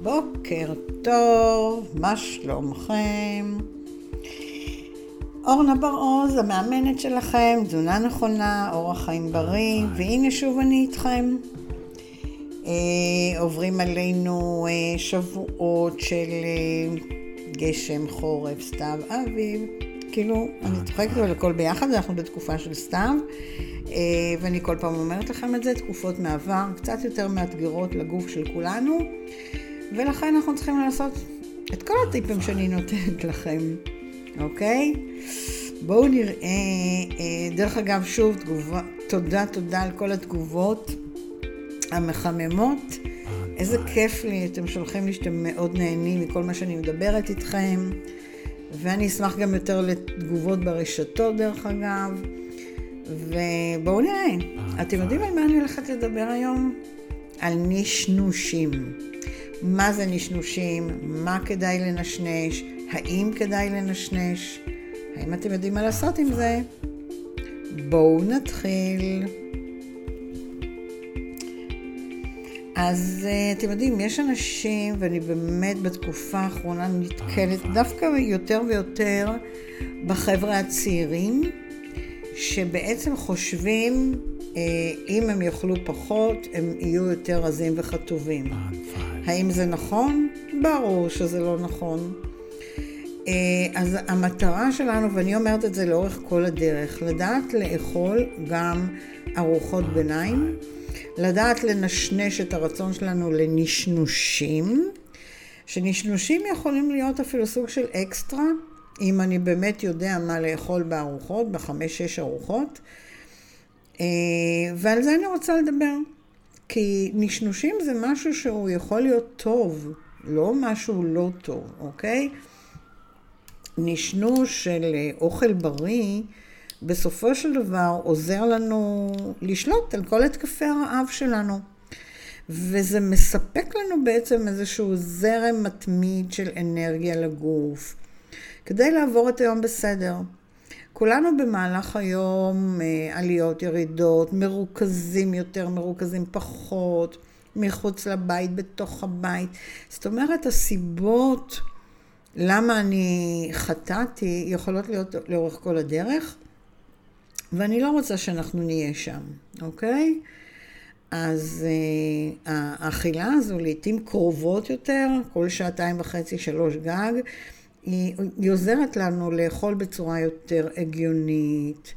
בוקר טוב, מה שלומכם? אורנה בר-עוז, המאמנת שלכם, תזונה נכונה, אורח חיים בריא, והנה שוב אני איתכם. עוברים עלינו שבועות של גשם, חורף, סתיו, אביב. כאילו, אני צוחקת על הכל ביחד, אנחנו בתקופה של סתיו, ואני כל פעם אומרת לכם את זה, תקופות מעבר, קצת יותר מאתגרות לגוף של כולנו, ולכן אנחנו צריכים לעשות את כל הטיפים שאני נותנת לכם, אוקיי? בואו נראה, דרך אגב, שוב, תודה על כל התגובות המחממות. איזה כיף לי, אתם שולחים לי שאתם מאוד נהנים מכל מה שאני מדברת איתכם, ואני אשמח גם יותר לתגובות ברשתות דרך אגב. ובואו נראה, אתם יודעים על מה אני הולכת לדבר היום? על נשנושים. מה זה נשנושים? מה כדאי לנשנש? האם כדאי לנשנש? האם אתם יודעים מה לעשות עם זה? בואו נתחיל. אז אתם יודעים, יש אנשים, ואני באמת בתקופה האחרונה נתקלת דווקא יותר ויותר בחבר'ה הצעירים, שבעצם חושבים, אם הם יאכלו פחות, הם יהיו יותר רזים וחטובים. האם זה נכון? ברור שזה לא נכון. אז המטרה שלנו, ואני אומרת את זה לאורך כל הדרך, לדעת לאכול גם ארוחות ביניים, לדעת לנשנש את הרצון שלנו לנשנושים, שנשנושים יכולים להיות אפילו סוג של אקסטרה, אם אני באמת יודע מה לאכול בארוחות, ב5-6 ארוחות, ועל זה אני רוצה לדבר. כי נשנושים זה משהו שהוא יכול להיות טוב, לא משהו לא טוב, אוקיי? נשנוש של אוכל בריא, בסופו של דבר עוזר לנו לשלוט על כל התקפי הרעב שלנו. וזה מספק לנו בעצם איזשהו זרם מתמיד של אנרגיה לגוף, כדי לעבור את היום בסדר. כולנו במהלך היום עליות, ירידות, מרוכזים יותר, מרוכזים פחות, מחוץ לבית, בתוך הבית. זאת אומרת, הסיבות למה אני חטאתי יכולות להיות לאורך כל הדרך, ואני לא רוצה שאנחנו נהיה שם, אוקיי? אז האכילה הזו לעתים קרובות יותר, כל 2.5-3 גג, היא עוזרת לנו לאכול בצורה יותר הגיונית,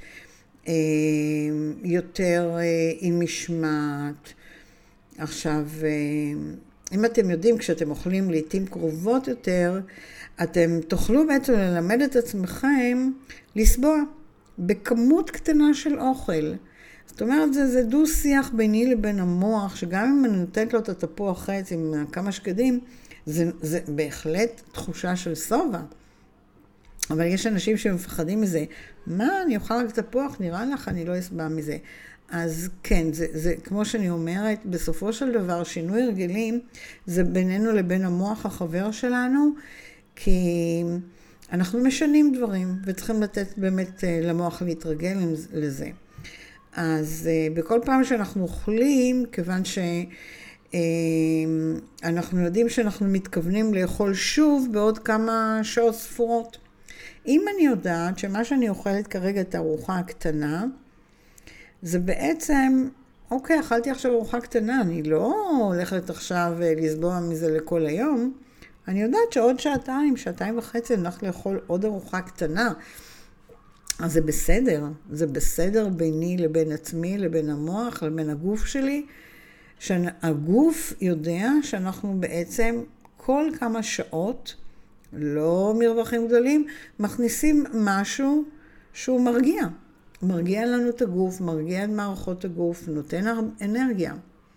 יותר עם משמעת. עכשיו, אם אתם יודעים, כשאתם אוכלים לעתים קרובות יותר, אתם תוכלו בעצם ללמד את עצמכם לסבוע בכמות קטנה של אוכל. זאת אומרת, זה דו שיח ביני לבין המוח, שגם אם אני נותנת לו את התפוח חץ עם כמה שקדים, זה בהחלט תחושה של סובה. אבל יש אנשים שמפחדים מזה. מה, אני אוכל רק תפוח? נראה לך, אני לא אסבע מזה. אז כן, זה כמו שאני אומרת, בסופו של דבר, שינוי הרגלים, זה בינינו לבין המוח החבר שלנו, כי אנחנו משנים דברים, וצריכים לתת באמת למוח להתרגל לזה. אז בכל פעם שאנחנו אוכלים, כיוון אנחנו יודעים שאנחנו מתכוונים לאכול שוב בעוד כמה שעות ספורות. אם אני יודעת שמה שאני אוכלת כרגע את הארוחה הקטנה, זה בעצם, אוקיי, אכלתי עכשיו ארוחה קטנה, אני לא הולכת עכשיו לסבוע מזה לכל היום, אני יודעת שעוד 2.5 אני הולכת לאכול עוד ארוחה קטנה. אז זה בסדר ביני לבין עצמי, לבין המוח, לבין הגוף שלי, שהגוף יודע שאנחנו בעצם כל כמה שעות, לא מרווחים גדולים, מכניסים משהו שהוא מרגיע לנו את הגוף, מרגיע את מערכות הגוף, נותן אנרגיה.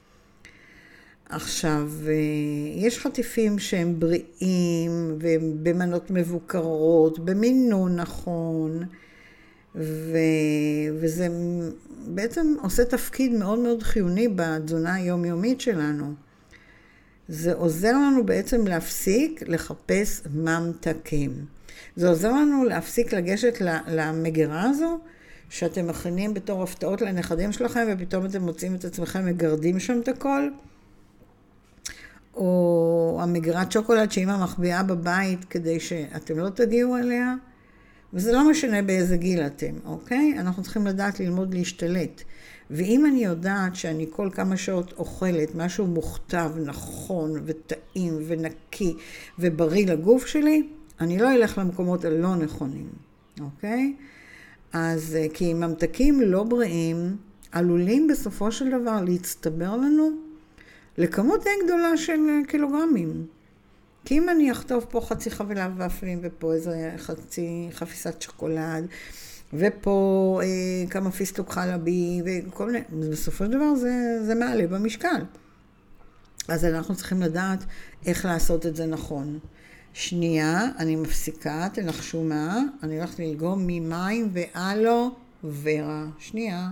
עכשיו, יש חטיפים שהם בריאים, והם במנות מבוקרות, במינון נכון, וזה בעצם עושה תפקיד מאוד מאוד חיוני בתזונה היומיומית שלנו. זה עוזר לנו בעצם להפסיק לחפש ממתקים. זה עוזר לנו להפסיק לגשת למגירה הזו, שאתם מכינים בתור הפתעות לנכדים שלכם, ופתאום אתם מוצאים את עצמכם מגרדים שם את הכל. או או המגירת שוקולד שאמא מחביאה בבית כדי שאתם לא תגיעו אליה, וזה לא משנה באיזה גיל אתם, אוקיי? אנחנו צריכים לדעת ללמוד להשתלט. ואם אני יודעת שאני כל כמה שעות אוכלת משהו מוכתב, נכון וטעים ונקי ובריא לגוף שלי, אני לא אלך למקומות הלא נכונים, אוקיי? אז כי ממתקים לא בריאים עלולים בסופו של דבר להצטבר לנו לכמות די גדולה של קילוגרמים. כי אם אני אכתוב פה חצי חבילה ופלים ופה איזה חצי חפיסת שוקולד ופה כמה פיסטוק חלבי וכל מיני, בסופו של דבר זה מעלה במשקל. אז אנחנו צריכים לדעת איך לעשות את זה נכון. שנייה, אני מפסיקה, תנחשו מה, אני הולכת ללגום ממים ואלו ורה. שנייה.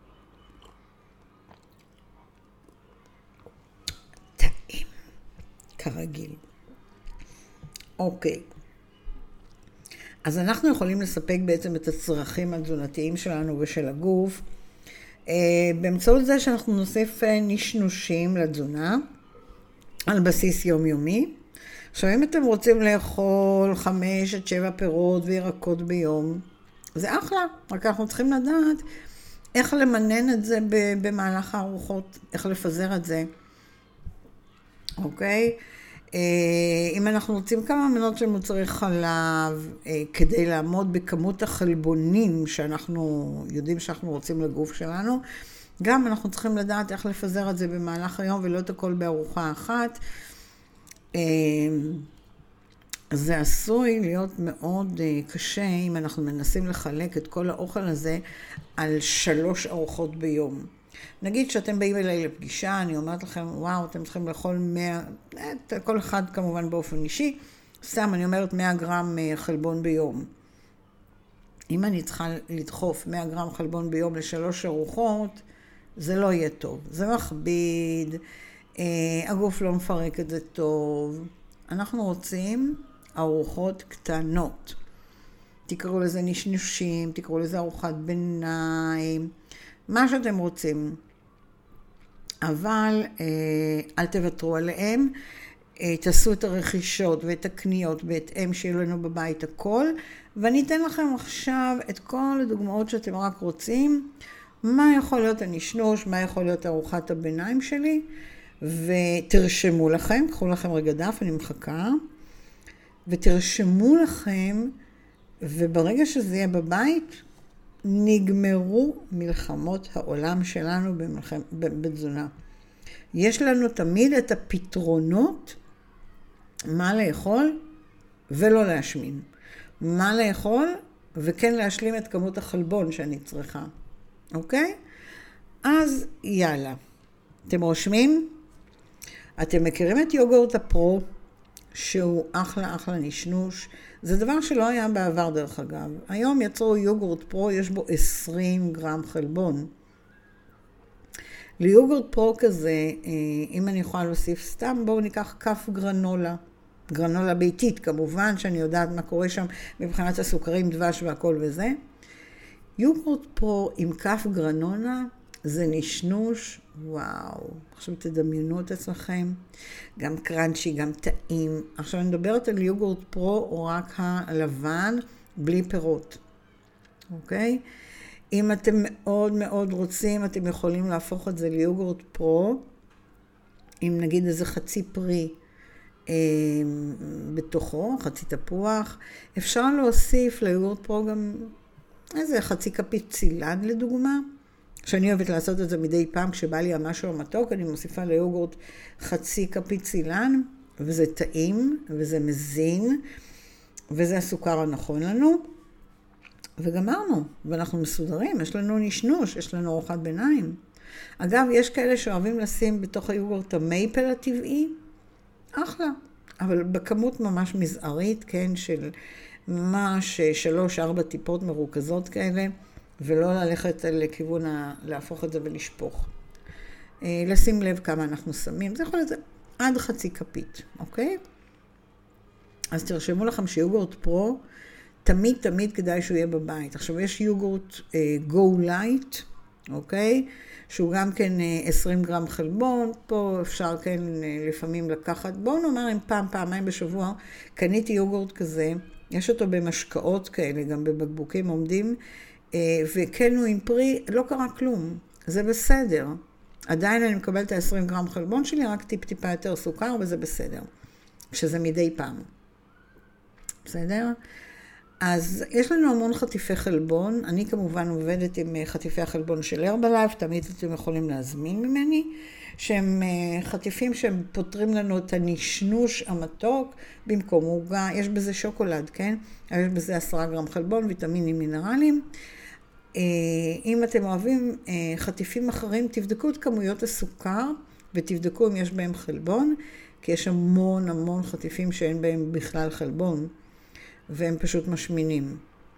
טעים, כרגיל. אוקיי. אז אנחנו יכולים לספק בעצם את הצרכים התזונתיים שלנו ושל הגוף, באמצעות זה שאנחנו נוסיף נשנושים לתזונה, על בסיס יומיומי. עכשיו, אם אתם רוצים לאכול 5 עד 7 פירות וירקות ביום, זה אחלה, רק אנחנו צריכים לדעת איך למנן את זה במהלך הארוחות, איך לפזר את זה, אוקיי? אם אנחנו רוצים כמה מנות של מוצרי חלב, כדי לעמוד בכמות החלבונים שאנחנו יודעים שאנחנו רוצים לגוף שלנו, גם אנחנו צריכים לדעת איך לפזר את זה במהלך היום ולא את הכל בארוחה אחת. זה עשוי להיות מאוד קשה אם אנחנו מנסים לחלק את כל האוכל הזה על 3 ארוחות ביום. נגיד שאתם באים אליי לפגישה, אני אומרת לכם, וואו, אתם צריכים לאכול 100, כל אחד כמובן באופן אישי, סתם אני אומרת 100 גרם חלבון ביום. אם אני צריכה לדחוף 100 גרם חלבון ביום ל3 ארוחות, זה לא יהיה טוב. זה מכביד, הגוף לא מפרק את זה טוב. אנחנו רוצים ארוחות קטנות. תקראו לזה נשנושים, תקראו לזה ארוחת ביניים, מה שאתם רוצים. אבל אל תוותרו עליהם, תעשו את הרכישות ואת הקניות בהתאם שיהיה לנו בבית הכל, ואני אתן לכם עכשיו את כל הדוגמאות שאתם רק רוצים, מה יכול להיות הנשנוש, מה יכול להיות ארוחת הביניים שלי, ותרשמו לכם, קחו לכם רגע דף, אני מחכה, ותרשמו לכם, וברגע שזה יהיה בבית, נגמרו מלחמות העולם שלנו בתזונה. יש לנו תמיד את הפתרונות, מה לאכול ולא להשמין. מה לאכול וכן להשלים את כמות החלבון שאני צריכה. אוקיי? אז יאללה. אתם רושמים? אתם מכירים את יוגורט הפרו, שהוא אחלה נשנוש. זה דבר שלא היה בעבר דרך אגב. היום יצרו יוגורט פרו, יש בו 20 גרם חלבון. ליוגורט פרו כזה, אם אני יכולה להוסיף סתם, בואו ניקח כף גרנולה. גרנולה ביתית, כמובן שאני יודעת מה קורה שם מבחינת הסוכרים, דבש והכל וזה. יוגורט פרו עם כף גרנולה, זה נשנוש, וואו. עכשיו תדמיינו את עצמכם, גם קרנצ'י, גם טעים. עכשיו אני מדברת על יוגורט פרו או רק הלבן, בלי פירות. אוקיי? אם אתם מאוד מאוד רוצים, אתם יכולים להפוך את זה ליוגורט פרו, עם נגיד איזה חצי פרי בתוכו, חצי תפוח. אפשר להוסיף ליוגורט פרו גם איזה חצי כפית צילן לדוגמה. שאני אוהבת לעשות את זה מדי פעם, כשבא לי המשהו המתוק, אני מוסיפה ליוגורט חצי כפית צילן, וזה טעים, וזה מזין, וזה הסוכר הנכון לנו. וגמרנו, ואנחנו מסודרים, יש לנו נשנוש, יש לנו ארוחת ביניים. אגב, יש כאלה שאוהבים לשים בתוך היוגורט המייפל הטבעי, אחלה, אבל בכמות ממש מזערית, כן, של ממש 3-4 טיפות מרוכזות כאלה, ולא ללכת לכיוון להפוך את זה ולשפוך. לשים לב כמה אנחנו שמים, זה יכול להיות עד חצי כפית, אוקיי? אז תרשמו לכם שיוגורט פרו, תמיד כדאי שהוא יהיה בבית. עכשיו יש יוגורט Go Light, אוקיי? שהוא גם כן 20 גרם חלבון, פה אפשר כן לפעמים לקחת, בואו נאמר אם פעמיים בשבוע, קניתי יוגורט כזה, יש אותו במשקאות כאלה, גם בבקבוקים עומדים, וכן הוא עם פרי, לא קרה כלום, זה בסדר. עדיין אני מקבלת ה-20 גרם חלבון שלי, רק טיפה יותר סוכר, וזה בסדר. שזה מדי פעם. בסדר? אז יש לנו המון חטיפי חלבון, אני כמובן עובדת עם חטיפי החלבון של הרבלייף, תמיד אתם יכולים להזמין ממני, שהם חטיפים שהם פותרים לנו את הנשנוש המתוק במקום עוגה, יש בזה שוקולד, כן? יש בזה 10 גרם חלבון, ויטמינים, מינרלים. אם אתם אוהבים חטיפים אחרים, תבדקו את כמויות הסוכר, ותבדקו אם יש בהם חלבון, כי יש המון חטיפים שאין בהם בכלל חלבון. והם פשוט משמינים.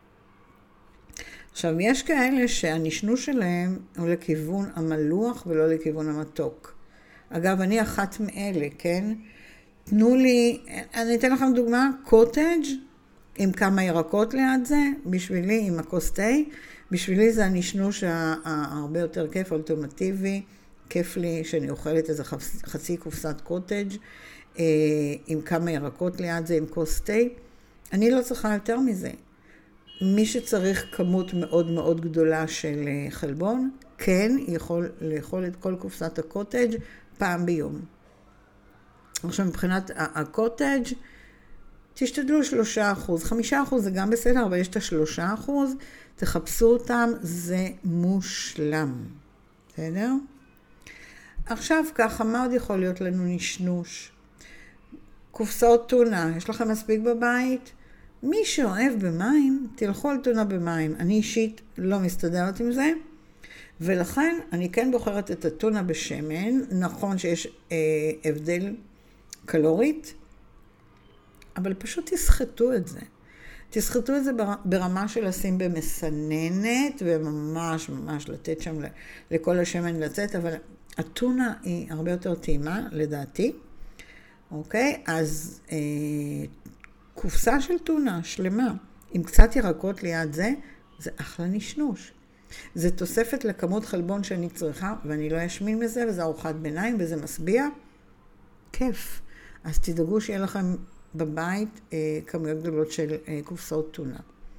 עכשיו, יש כאלה שהנשנוש שלהם הוא לכיוון המלוח ולא לכיוון המתוק. אגב, אני אחת מאלה, כן? תנו לי, אני אתן לכם דוגמה, קוטג' עם כמה ירקות ליד זה, בשבילי, עם הכוס תה, בשבילי זה הנשנוש הרבה יותר כיף, אולטימטיבי, כיף לי שאני אוכלת איזה חצי קופסת קוטג' עם כמה ירקות ליד זה, עם כוס תה. אני לא צריכה יותר מזה. מי שצריך כמות מאוד גדולה של חלבון, כן יכול לאכול את כל קופסת הקוטג' פעם ביום. עכשיו מבחינת הקוטג' תשתדלו 3%, 5% זה גם בסדר, אבל יש את 3%, תחפשו אותם, זה מושלם. בסדר? עכשיו ככה, מה עוד יכול להיות לנו נשנוש? קופסאות טונה, יש לכם מספיק בבית? מי שאוהב במים, תלכו על טונה במים. אני אישית לא מסתדרת עם זה, ולכן אני כן בוחרת את הטונה בשמן. נכון שיש הבדל קלורית, אבל פשוט תסחטו את זה. תסחטו את זה ברמה של לשים במסננת, וממש לתת שם לכל השמן לצאת, אבל הטונה היא הרבה יותר טעימה, לדעתי. אוקיי? אז קופסה של טונה שלמה, עם קצת ירקות ליד זה, זה אחלה נשנוש. זה תוספת לכמות חלבון שאני צריכה, ואני לא אשמין מזה, וזה ארוחת ביניים, וזה משביע. כיף. אז תדאגו שיהיה לכם בבית כמויות גדולות של קופסאות טונה.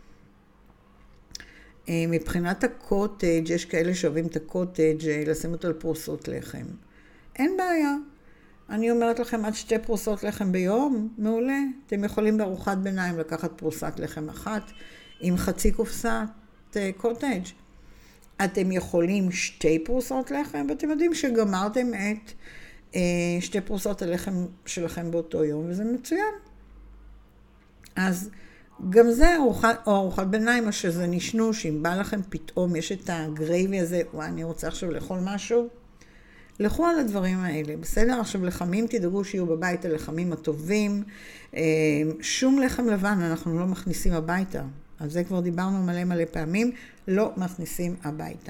מבחינת הקוטג', יש כאלה שאוהבים את הקוטג' לשים אותו על פרוסות לחם. אין בעיה. אני אומרת לכם, עד 2 פרוסות לחם ביום, מעולה. אתם יכולים בארוחת ביניים לקחת פרוסת לחם אחת עם חצי קופסת קוטג'. אתם יכולים 2 פרוסות לחם, ואתם יודעים שגמרתם את 2 פרוסות הלחם שלכם באותו יום, וזה מצוין. אז גם זה ארוחת ביניים, שזה נשנוש, אם בא לכם פתאום, יש את הגרייבי הזה, וואי, אני רוצה עכשיו לאכול משהו, לכו על הדברים האלה, בסדר? עכשיו לחמים, תדאגו שיהיו בבית הלחמים הטובים. שום לחם לבן אנחנו לא מכניסים הביתה. על זה כבר דיברנו מלא פעמים, לא מכניסים הביתה.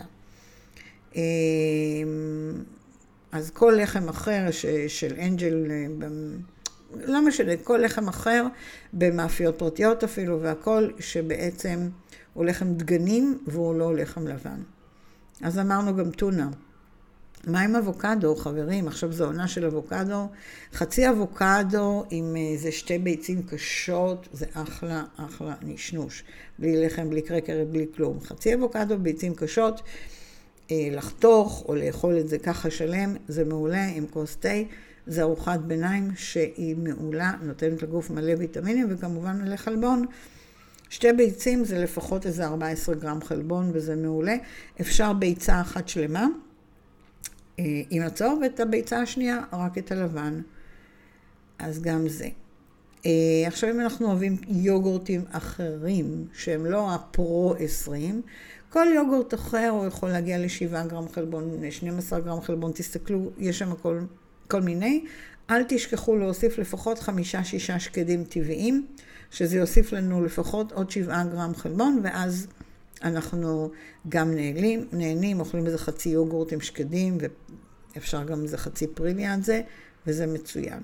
אז כל לחם אחר של אנג'ל, לא משנה, כל לחם אחר במאפיות פרטיות אפילו, והכל שבעצם הוא לחם דגנים והוא לא לחם לבן. אז אמרנו גם טונה. מה עם אבוקדו, חברים? עכשיו זו עונה של אבוקדו. חצי אבוקדו עם איזה 2 ביצים קשות, זה אחלה נשנוש. בלי לחם, בלי קרקר, בלי כלום. חצי אבוקדו, ביצים קשות, לחתוך או לאכול את זה ככה שלם, זה מעולה עם כוס תה. זה ארוחת ביניים שהיא מעולה, נותנת לגוף מלא ויטמינים וכמובן מלא חלבון. 2 ביצים זה לפחות איזה 14 גרם חלבון וזה מעולה. אפשר ביצה אחת שלמה. עם הצהוב ואת הביצה השנייה, רק את הלבן. אז גם זה. עכשיו אם אנחנו אוהבים יוגורטים אחרים, שהם לא הפרו 20, כל יוגורט אחר הוא יכול להגיע ל7 גרם חלבון, 12 גרם חלבון, תסתכלו, יש שם כל מיני. אל תשכחו להוסיף לפחות 5-6 שקדים טבעיים, שזה יוסיף לנו לפחות עוד 7 גרם חלבון, ואז אנחנו גם נהנים, אוכלים איזה חצי יוגורט עם שקדים, ואפשר גם איזה חצי פרי ליד זה, וזה מצוין.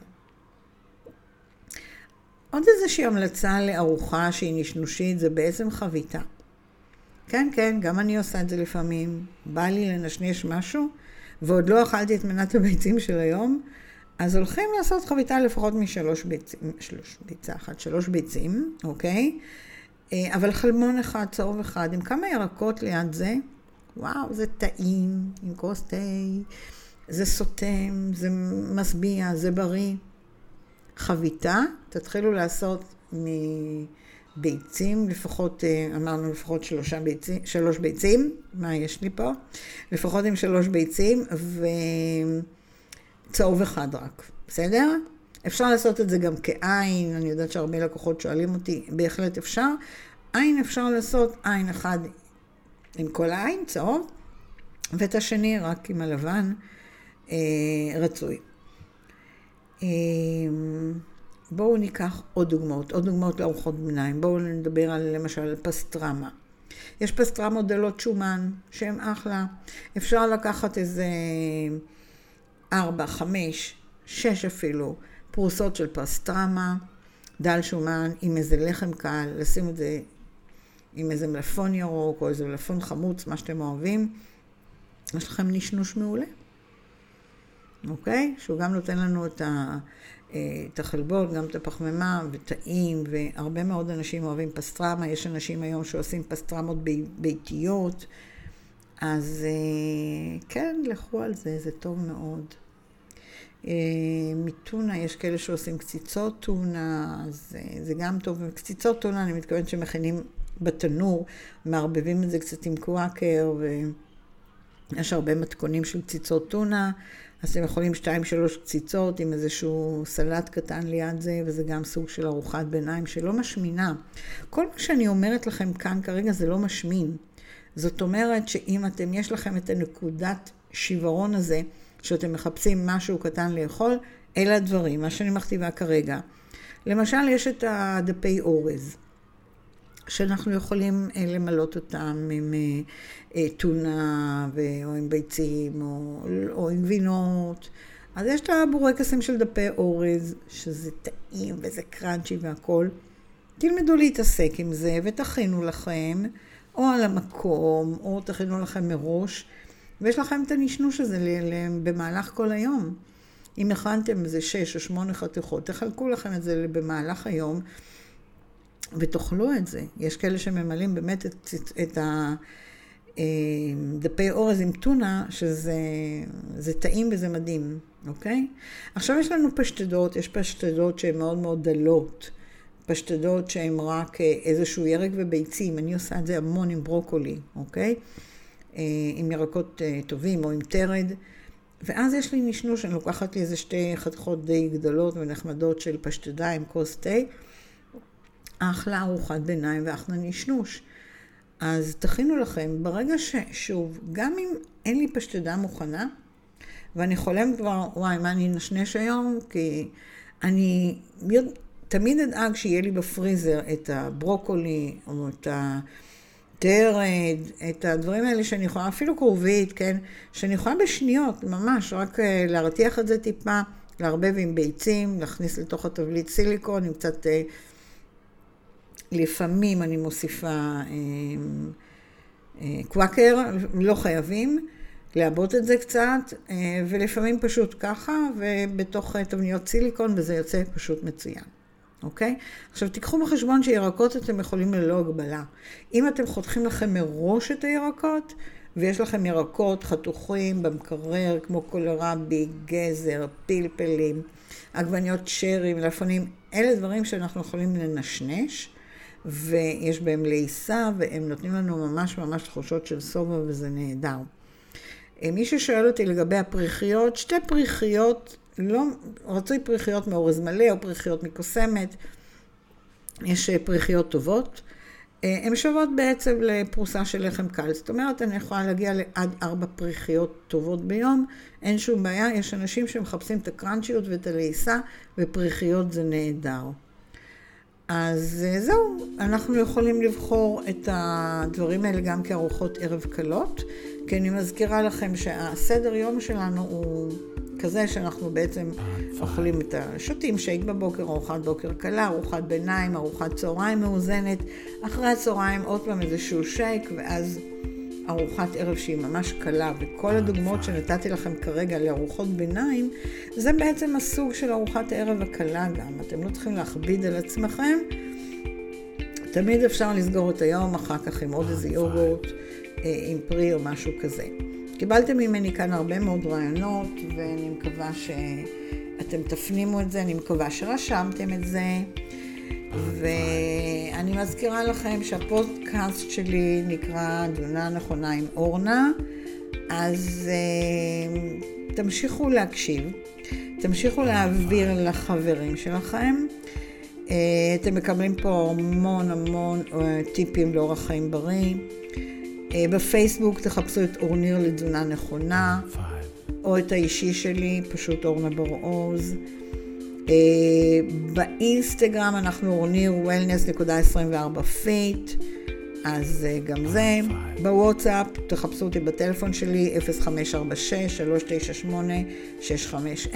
עוד איזושהי המלצה לארוחה שהיא נשנושית, זה בעצם חביתה. כן, כן, גם אני עושה את זה לפעמים. בא לי לנשנש משהו, ועוד לא אכלתי את מנת הביצים של היום, אז הולכים לעשות חביתה לפחות שלוש ביצים, אוקיי? אבל חלמון אחד, צהוב אחד, עם כמה ירקות ליד זה, וואו, זה טעים, עם כוס תה, זה סותם, זה משביע, זה בריא. חביתה, תתחילו לעשות מביצים, לפחות, אמרנו לפחות 3 ביצים, מה יש לי פה? לפחות עם 3 ביצים, וצהוב אחד רק, בסדר? אפשר לעשות את זה גם כעין, אני יודעת שהרבה לקוחות שואלים אותי, בהחלט אפשר. עין אפשר לעשות עין אחד עם כל העין, צהוב, ואת השני רק עם הלבן רצוי. בואו ניקח עוד דוגמאות לארוחות ביניים. בואו נדבר על למשל פסטרמה. יש פסטרמות דלות שומן, שהן אחלה. אפשר לקחת איזה 4, 5, 6 אפילו, פרוסות של פסטרמה, דל שומן, עם איזה לחם קל, לשים את זה עם איזה מלפון ירוק, או איזה מלפון חמוץ, מה שאתם אוהבים. יש לכם נשנוש מעולה. אוקיי? שהוא גם נותן לנו את החלבון, גם את הפחמימה וטעים, והרבה מאוד אנשים אוהבים פסטרמה. יש אנשים היום שעושים פסטרמות ביתיות, אז כן, לכו על זה, זה טוב מאוד. מטונה, יש כאלה שעושים קציצות טונה, אז זה גם טוב. קציצות טונה, אני מתכוונת שמכינים בתנור, מערבבים את זה קצת עם קוואקר, ויש הרבה מתכונים של קציצות טונה, אז אתם יכולים 2-3 קציצות עם איזשהו סלט קטן ליד זה, וזה גם סוג של ארוחת ביניים שלא משמינה. כל מה שאני אומרת לכם כאן כרגע זה לא משמין. זאת אומרת שאם יש לכם את הנקודת שיוורון הזה, שאתם מחפשים משהו קטן לאכול, אלה הדברים, מה שאני מכתיבה כרגע. למשל, יש את הדפי אורז, שאנחנו יכולים למלות אותם עם טונה, או עם ביצים, או עם גבינות. אז יש את הבורקסים של דפי אורז, שזה טעים וזה קרנצ'י והכל. תלמדו להתעסק עם זה ותכינו לכם, או על המקום, או תכינו לכם מראש, ויש לכם את הנשנוש הזה במהלך כל היום. אם הכנתם איזה 6 או 8 חתיכות, תחלקו לכם את זה במהלך היום, ותאכלו את זה. יש כאלה שממלאים באמת את דפי אורז עם טונה, שזה טעים וזה מדהים, אוקיי? עכשיו יש לנו פשטדות, יש פשטדות שהן מאוד מאוד דלות, פשטדות שהן רק איזשהו ירק וביצים, אני עושה את זה המון עם ברוקולי, אוקיי? עם ירקות טובים או עם תרד, ואז יש לי נשנוש, אני לוקחת לי איזה 2 חתיכות די גדולות ונחמדות של פשטדה עם כוס תה, אחלה ארוחת ביניים ואחלה נשנוש. אז תכינו לכם, ברגע ששוב, גם אם אין לי פשטדה מוכנה, ואני חולם כבר, וואי, מה אני נשנש היום? כי אני תמיד אדאג שיהיה לי בפריזר את הברוקולי, או את התרד, את הדברים האלה שאני יכולה, אפילו קרובית, כן? שאני יכולה בשניות, ממש, רק להרתיח את זה טיפה, לערבב עם ביצים, להכניס לתוך התבליט סיליקון, עם קצת לפעמים אני מוסיפה קוואקר, לא חייבים לעבוד את זה קצת, ולפעמים פשוט ככה, ובתוך תבניות סיליקון, וזה יוצא פשוט מצוין. אוקיי? עכשיו תיקחו בחשבון שירקות אתם יכולים ללא הגבלה. אם אתם חותכים לכם מראש את הירקות, ויש לכם ירקות חתוכים במקרר, כמו קולרבי, גזר, פלפלים, עגבניות שרי, מלפפונים, אלה דברים שאנחנו יכולים לנשנש, ויש בהם לעיסה, והם נותנים לנו ממש ממש תחושות של סובה, וזה נהדר. מי ששואל אותי לגבי הפריחיות, 2 פריחיות, לא, רצוי פריחיות מאורז מלא, או פריחיות מקוסמת, יש פריחיות טובות, הן שוות בעצם לפרוסה של לחם קל, זאת אומרת, אני יכולה להגיע עד 4 פריחיות טובות ביום, אין שום בעיה, יש אנשים שמחפשים את הקרנצ'יות ואת הלעיסה, ופריחיות זה נהדר. אז זהו, אנחנו יכולים לבחור את הדברים האלה גם כארוחות ערב קלות, כי אני מזכירה לכם שהסדר יום שלנו הוא כזה שאנחנו בעצם אוכלים שותים שייק בבוקר, ארוחת בוקר קלה, ארוחת ביניים, ארוחת צהריים מאוזנת, אחרי הצהריים עוד פעם איזשהו שייק, ואז ארוחת ערב שהיא ממש קלה, וכל הדוגמאות שנתתי לכם כרגע לארוחות ביניים, זה בעצם הסוג של ארוחת הערב הקלה גם. אתם לא צריכים להכביד על עצמכם, תמיד אפשר לסגור את היום אחר כך עם עוד איזה יוגורט, עם פרי או משהו כזה. קיבלתם ממני כאן הרבה מאוד רעיונות, ואני מקווה שאתם תפנימו את זה, אני מקווה שרשמתם את זה, ואני מזכירה לכם שהפודקאסט שלי נקרא תזונה נכונה עם אורנה, אז תמשיכו להקשיב, תמשיכו להעביר לחברים שלכם, אתם מקבלים פה המון טיפים לאורח חיים בריא. בפייסבוק תחפשו את אורניר לתזונה נכונה, או את האישי שלי, פשוט אורנה בר-עוז. באינסטגרם אנחנו אורניר wellness.24 פיט, אז גם זה. בוואטסאפ תחפשו אותי בטלפון שלי 0546-398-650.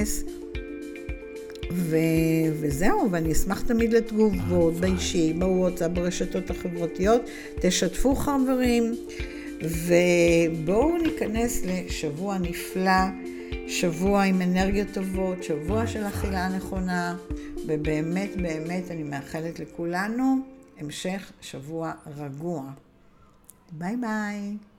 וזהו, ואני אשמח תמיד לתגובות באישי, בוואטסאפ, ברשתות החברתיות. תשתפו חברים, ובואו ניכנס לשבוע נפלא, שבוע עם אנרגיות טובות, שבוע של אכילה נכונה, ובאמת אני מאחלת לכולנו המשך שבוע רגוע. ביי ביי.